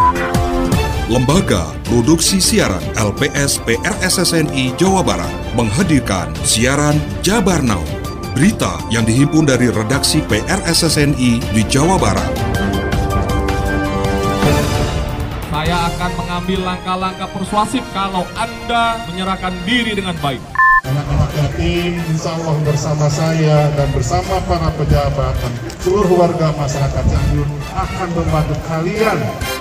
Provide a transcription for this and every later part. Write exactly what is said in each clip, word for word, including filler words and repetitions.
Lembaga Produksi Siaran L P S P R S S N I Jawa Barat menghadirkan siaran Jabar Now, berita yang dihimpun dari redaksi P R S S N I di Jawa Barat. Saya akan mengambil langkah-langkah persuasif kalau Anda menyerahkan diri dengan baik. Anak-anak yatim, insya Allah bersama saya dan bersama para pejabat dan seluruh warga masyarakat Cianjur akan membantu kalian.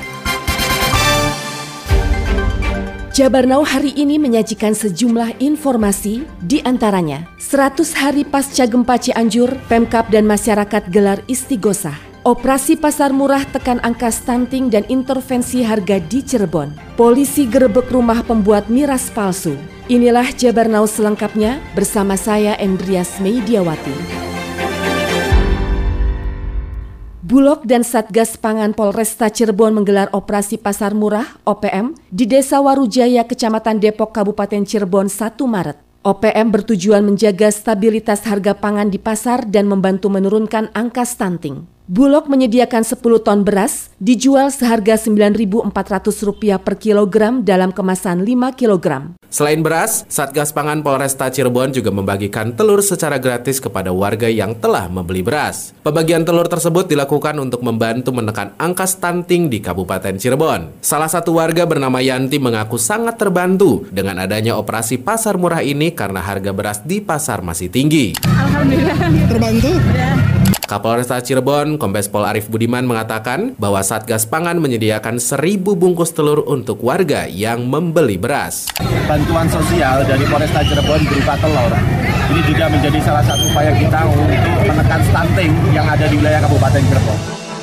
Jabar Now hari ini menyajikan sejumlah informasi, di antaranya seratus hari pasca gempa Cianjur, Pemkab dan masyarakat gelar istighosah. Operasi pasar murah tekan angka stunting dan intervensi harga di Cirebon. Polisi gerebek rumah pembuat miras palsu. Inilah Jabar Now selengkapnya bersama saya Endrias Meidiawati. Bulog dan Satgas Pangan Polresta Cirebon menggelar operasi pasar murah O P M di Desa Warujaya, Kecamatan Depok, Kabupaten Cirebon satu Maret. O P M bertujuan menjaga stabilitas harga pangan di pasar dan membantu menurunkan angka stunting. Bulog menyediakan sepuluh ton beras, dijual seharga sembilan ribu empat ratus rupiah per kilogram dalam kemasan lima kilogram. Selain beras, Satgas Pangan Polresta Cirebon juga membagikan telur secara gratis kepada warga yang telah membeli beras. Pembagian telur tersebut dilakukan untuk membantu menekan angka stunting di Kabupaten Cirebon. Salah satu warga bernama Yanti mengaku sangat terbantu dengan adanya operasi pasar murah ini karena harga beras di pasar masih tinggi. Alhamdulillah. Terbantu? Ya. Kapolresta Cirebon, Kombes Pol Arief Budiman mengatakan bahwa Satgas Pangan menyediakan seribu bungkus telur untuk warga yang membeli beras. Bantuan sosial dari Polresta Cirebon berupa telur. Ini juga menjadi salah satu upaya kita untuk menekan stunting yang ada di wilayah Kabupaten Cirebon.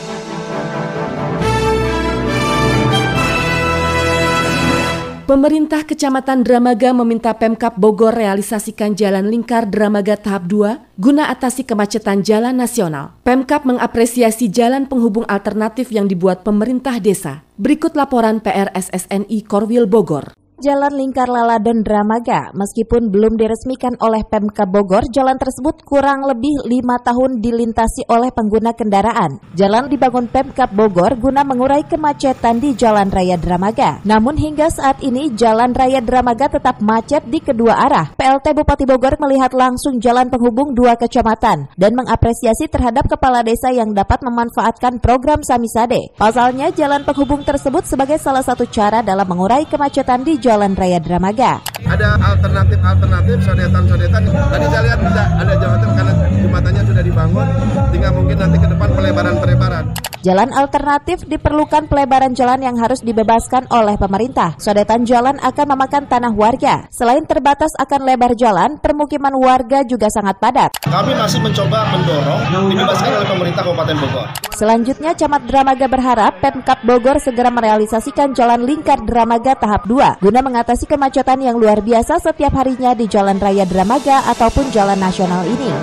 Pemerintah Kecamatan Dramaga meminta Pemkab Bogor realisasikan Jalan Lingkar Dramaga tahap dua guna atasi kemacetan jalan nasional. Pemkab mengapresiasi jalan penghubung alternatif yang dibuat pemerintah desa. Berikut laporan P R S S N I Korwil Bogor. Jalan Lingkar Laladan Dramaga, meskipun belum diresmikan oleh Pemkab Bogor, jalan tersebut kurang lebih lima tahun dilintasi oleh pengguna kendaraan. Jalan dibangun Pemkab Bogor guna mengurai kemacetan di Jalan Raya Dramaga. Namun hingga saat ini Jalan Raya Dramaga tetap macet di kedua arah. P L T Bupati Bogor melihat langsung jalan penghubung dua kecamatan dan mengapresiasi terhadap kepala desa yang dapat memanfaatkan program Samisade. Pasalnya, jalan penghubung tersebut sebagai salah satu cara dalam mengurai kemacetan di Jalan Raya Dramaga. Ada alternatif-alternatif, sodetan-sodetan. Tadi saya lihat bisa ada jembatan karena jembatannya sudah dibangun, tinggal mungkin nanti ke depan pelebaran-pelebaran. Jalan alternatif diperlukan pelebaran jalan yang harus dibebaskan oleh pemerintah. Sodetan jalan akan memakan tanah warga. Selain terbatas akan lebar jalan, permukiman warga juga sangat padat. Kami masih mencoba mendorong dibebaskan oleh pemerintah Kabupaten Bogor. Selanjutnya, Camat Dramaga berharap Pemkab Bogor segera merealisasikan Jalan Lingkar Dramaga tahap dua guna mengatasi kemacetan yang luar biasa setiap harinya di Jalan Raya Dramaga ataupun jalan nasional ini.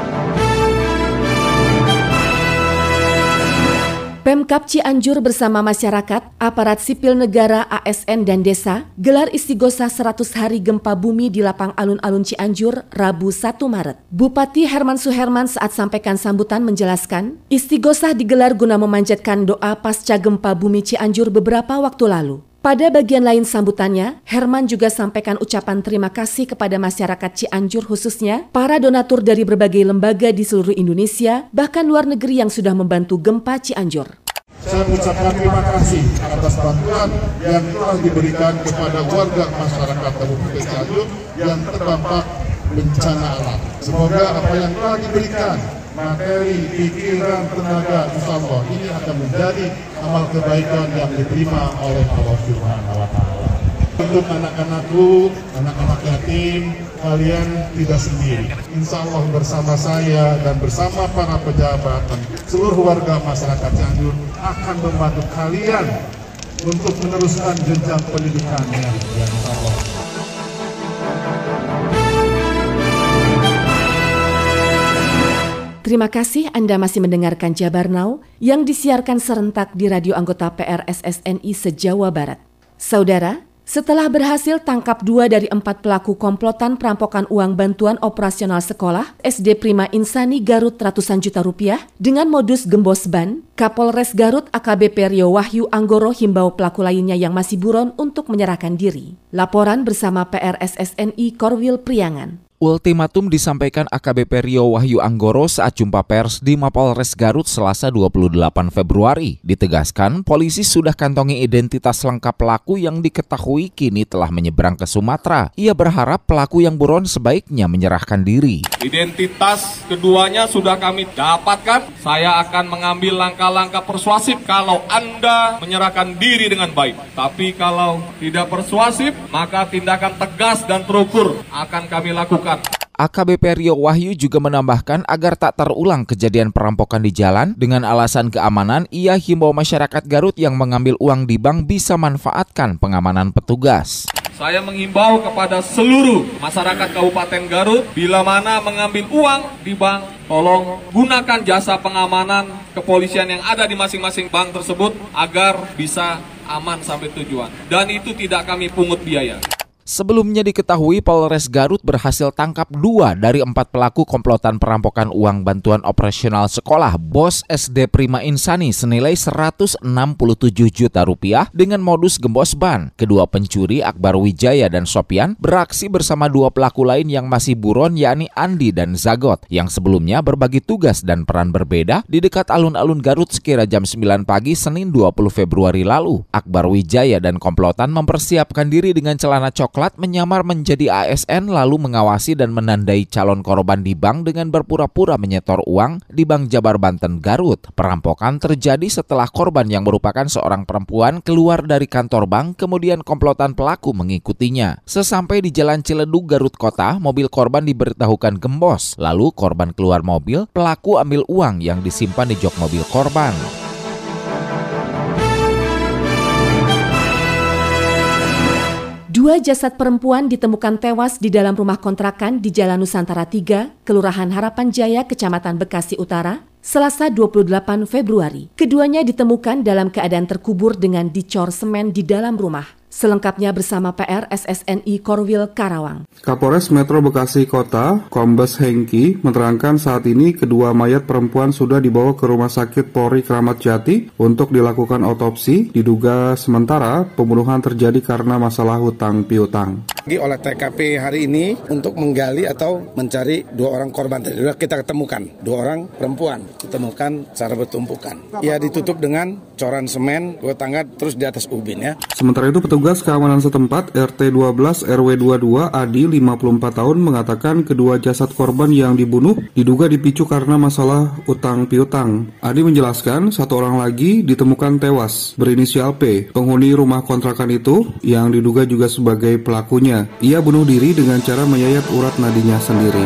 Pemkab Cianjur bersama masyarakat, aparat sipil negara, A S N dan desa gelar istighosah seratus hari gempa bumi di Lapang Alun-Alun Cianjur, Rabu satu Maret. Bupati Herman Suherman saat sampaikan sambutan menjelaskan, istighosah digelar guna memanjatkan doa pasca gempa bumi Cianjur beberapa waktu lalu. Pada bagian lain sambutannya, Herman juga sampaikan ucapan terima kasih kepada masyarakat Cianjur khususnya para donatur dari berbagai lembaga di seluruh Indonesia, bahkan luar negeri yang sudah membantu gempa Cianjur. Saya mengucapkan terima kasih atas bantuan yang telah diberikan kepada warga masyarakat Kabupaten Cianjur yang terdampak bencana alam. Semoga apa yang telah diberikan, materi, pikiran, tenaga, insya Allah ini akan menjadi amal kebaikan yang diterima oleh Allah Subhanahu wa Ta'ala. Untuk anak-anakku, anak-anak yatim, kalian tidak sendiri. Insya Allah bersama saya dan bersama para pejabat dan seluruh warga masyarakat Cianjur akan membantu kalian untuk meneruskan jenjang pendidikannya. Ya, insya Allah. Terima kasih Anda masih mendengarkan Jabar Now yang disiarkan serentak di radio anggota P R S S N I se-Jawa Barat. Saudara, Setelah berhasil tangkap dua dari empat pelaku komplotan perampokan uang bantuan operasional sekolah S D Prima Insani Garut ratusan juta rupiah dengan modus gembos ban, Kapolres Garut A K B P Rio Wahyu Anggoro himbau pelaku lainnya yang masih buron untuk menyerahkan diri. Laporan bersama P R S S N I Korwil Priangan. Ultimatum disampaikan A K B P Rio Wahyu Anggoro saat jumpa pers di Mapolres Garut Selasa dua puluh delapan Februari. Ditegaskan, polisi sudah kantongi identitas lengkap pelaku yang diketahui kini telah menyeberang ke Sumatera. Ia berharap pelaku yang buron sebaiknya menyerahkan diri. Identitas keduanya sudah kami dapatkan. Saya akan mengambil langkah-langkah persuasif kalau Anda menyerahkan diri dengan baik. Tapi kalau tidak persuasif, maka tindakan tegas dan terukur akan kami lakukan. A K B P Rio Wahyu juga menambahkan agar tak terulang kejadian perampokan di jalan. Dengan alasan keamanan, ia himbau masyarakat Garut yang mengambil uang di bank bisa manfaatkan pengamanan petugas. Saya menghimbau kepada seluruh masyarakat Kabupaten Garut, bila mana mengambil uang di bank, tolong gunakan jasa pengamanan kepolisian yang ada di masing-masing bank tersebut agar bisa aman sampai tujuan. Dan itu tidak kami pungut biaya. Sebelumnya diketahui Polres Garut berhasil tangkap dua dari empat pelaku komplotan perampokan uang bantuan operasional sekolah bos S D Prima Insani senilai seratus enam puluh tujuh juta rupiah dengan modus gembos ban. Kedua pencuri Akbar Wijaya dan Sopian beraksi bersama dua pelaku lain yang masih buron yakni Andi dan Zagot yang sebelumnya berbagi tugas dan peran berbeda di dekat alun-alun Garut sekira jam sembilan pagi Senin dua puluh Februari lalu. Akbar Wijaya dan komplotan mempersiapkan diri dengan celana coklat menyamar menjadi A S N lalu mengawasi dan menandai calon korban di bank dengan berpura-pura menyetor uang di Bank Jabar Banten Garut. Perampokan terjadi setelah korban yang merupakan seorang perempuan keluar dari kantor bank, kemudian komplotan pelaku mengikutinya. Sesampai di Jalan Ciledug Garut Kota, mobil korban diberitahukan gembos. Lalu korban keluar mobil, pelaku ambil uang yang disimpan di jok mobil korban. Dua jasad perempuan ditemukan tewas di dalam rumah kontrakan di Jalan Nusantara tiga, Kelurahan Harapan Jaya, Kecamatan Bekasi Utara, Selasa dua puluh delapan Februari. Keduanya ditemukan dalam keadaan terkubur dengan dicor semen di dalam rumah. Selengkapnya bersama P R S S N I Korwil Karawang. Kapolres Metro Bekasi Kota, Kombes Hengki, menerangkan saat ini kedua mayat perempuan sudah dibawa ke Rumah Sakit Polri Kramat Jati untuk dilakukan otopsi. Diduga sementara pembunuhan terjadi karena masalah hutang piutang. Oleh T K P hari ini untuk menggali atau mencari dua orang korban tadi. Sudah kita ketemukan, dua orang perempuan ditemukan secara bertumpukan. Ia ditutup dengan coran semen, dua tangga terus di atas ubin ya. Sementara itu petugas keamanan setempat R T dua belas R W dua puluh dua Adi lima puluh empat tahun mengatakan kedua jasad korban yang dibunuh diduga dipicu karena masalah utang piutang. Adi menjelaskan satu orang lagi ditemukan tewas berinisial P, penghuni rumah kontrakan itu yang diduga juga sebagai pelakunya. Ia bunuh diri dengan cara menyayat urat nadinya sendiri.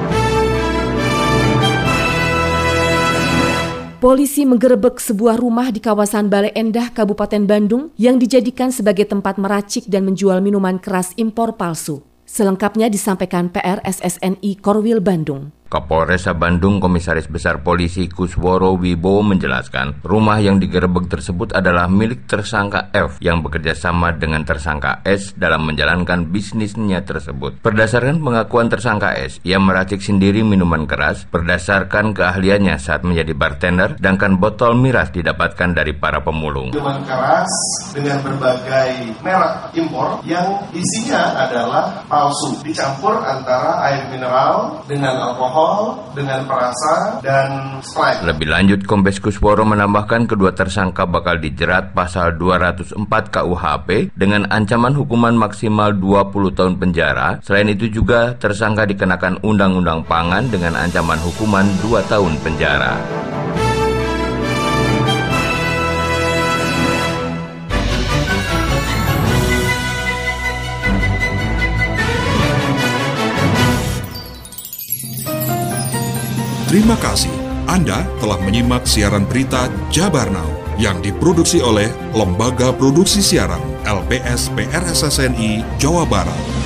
Polisi menggerebek sebuah rumah di kawasan Bale Endah, Kabupaten Bandung yang dijadikan sebagai tempat meracik dan menjual minuman keras impor palsu. Selengkapnya disampaikan P R S S N I Korwil Bandung. Kapolres Bandung Komisaris Besar Polisi Kusworo Wibowo menjelaskan, rumah yang digerebek tersebut adalah milik tersangka F yang bekerja sama dengan tersangka S dalam menjalankan bisnisnya tersebut. Berdasarkan pengakuan tersangka S, ia meracik sendiri minuman keras berdasarkan keahliannya saat menjadi bartender, sedangkan botol miras didapatkan dari para pemulung. Minuman keras dengan berbagai merek impor yang isinya adalah palsu, dicampur antara air mineral dengan alkohol dengan perasa dan Sprite. Lebih lanjut, Kombes Kusworo menambahkan kedua tersangka bakal dijerat pasal dua ratus empat K U H P dengan ancaman hukuman maksimal dua puluh tahun penjara. Selain itu juga tersangka dikenakan Undang-Undang Pangan dengan ancaman hukuman dua tahun penjara. Terima kasih Anda telah menyimak siaran berita Jabar Now yang diproduksi oleh Lembaga Produksi Siaran L P S P R S S N I Jawa Barat.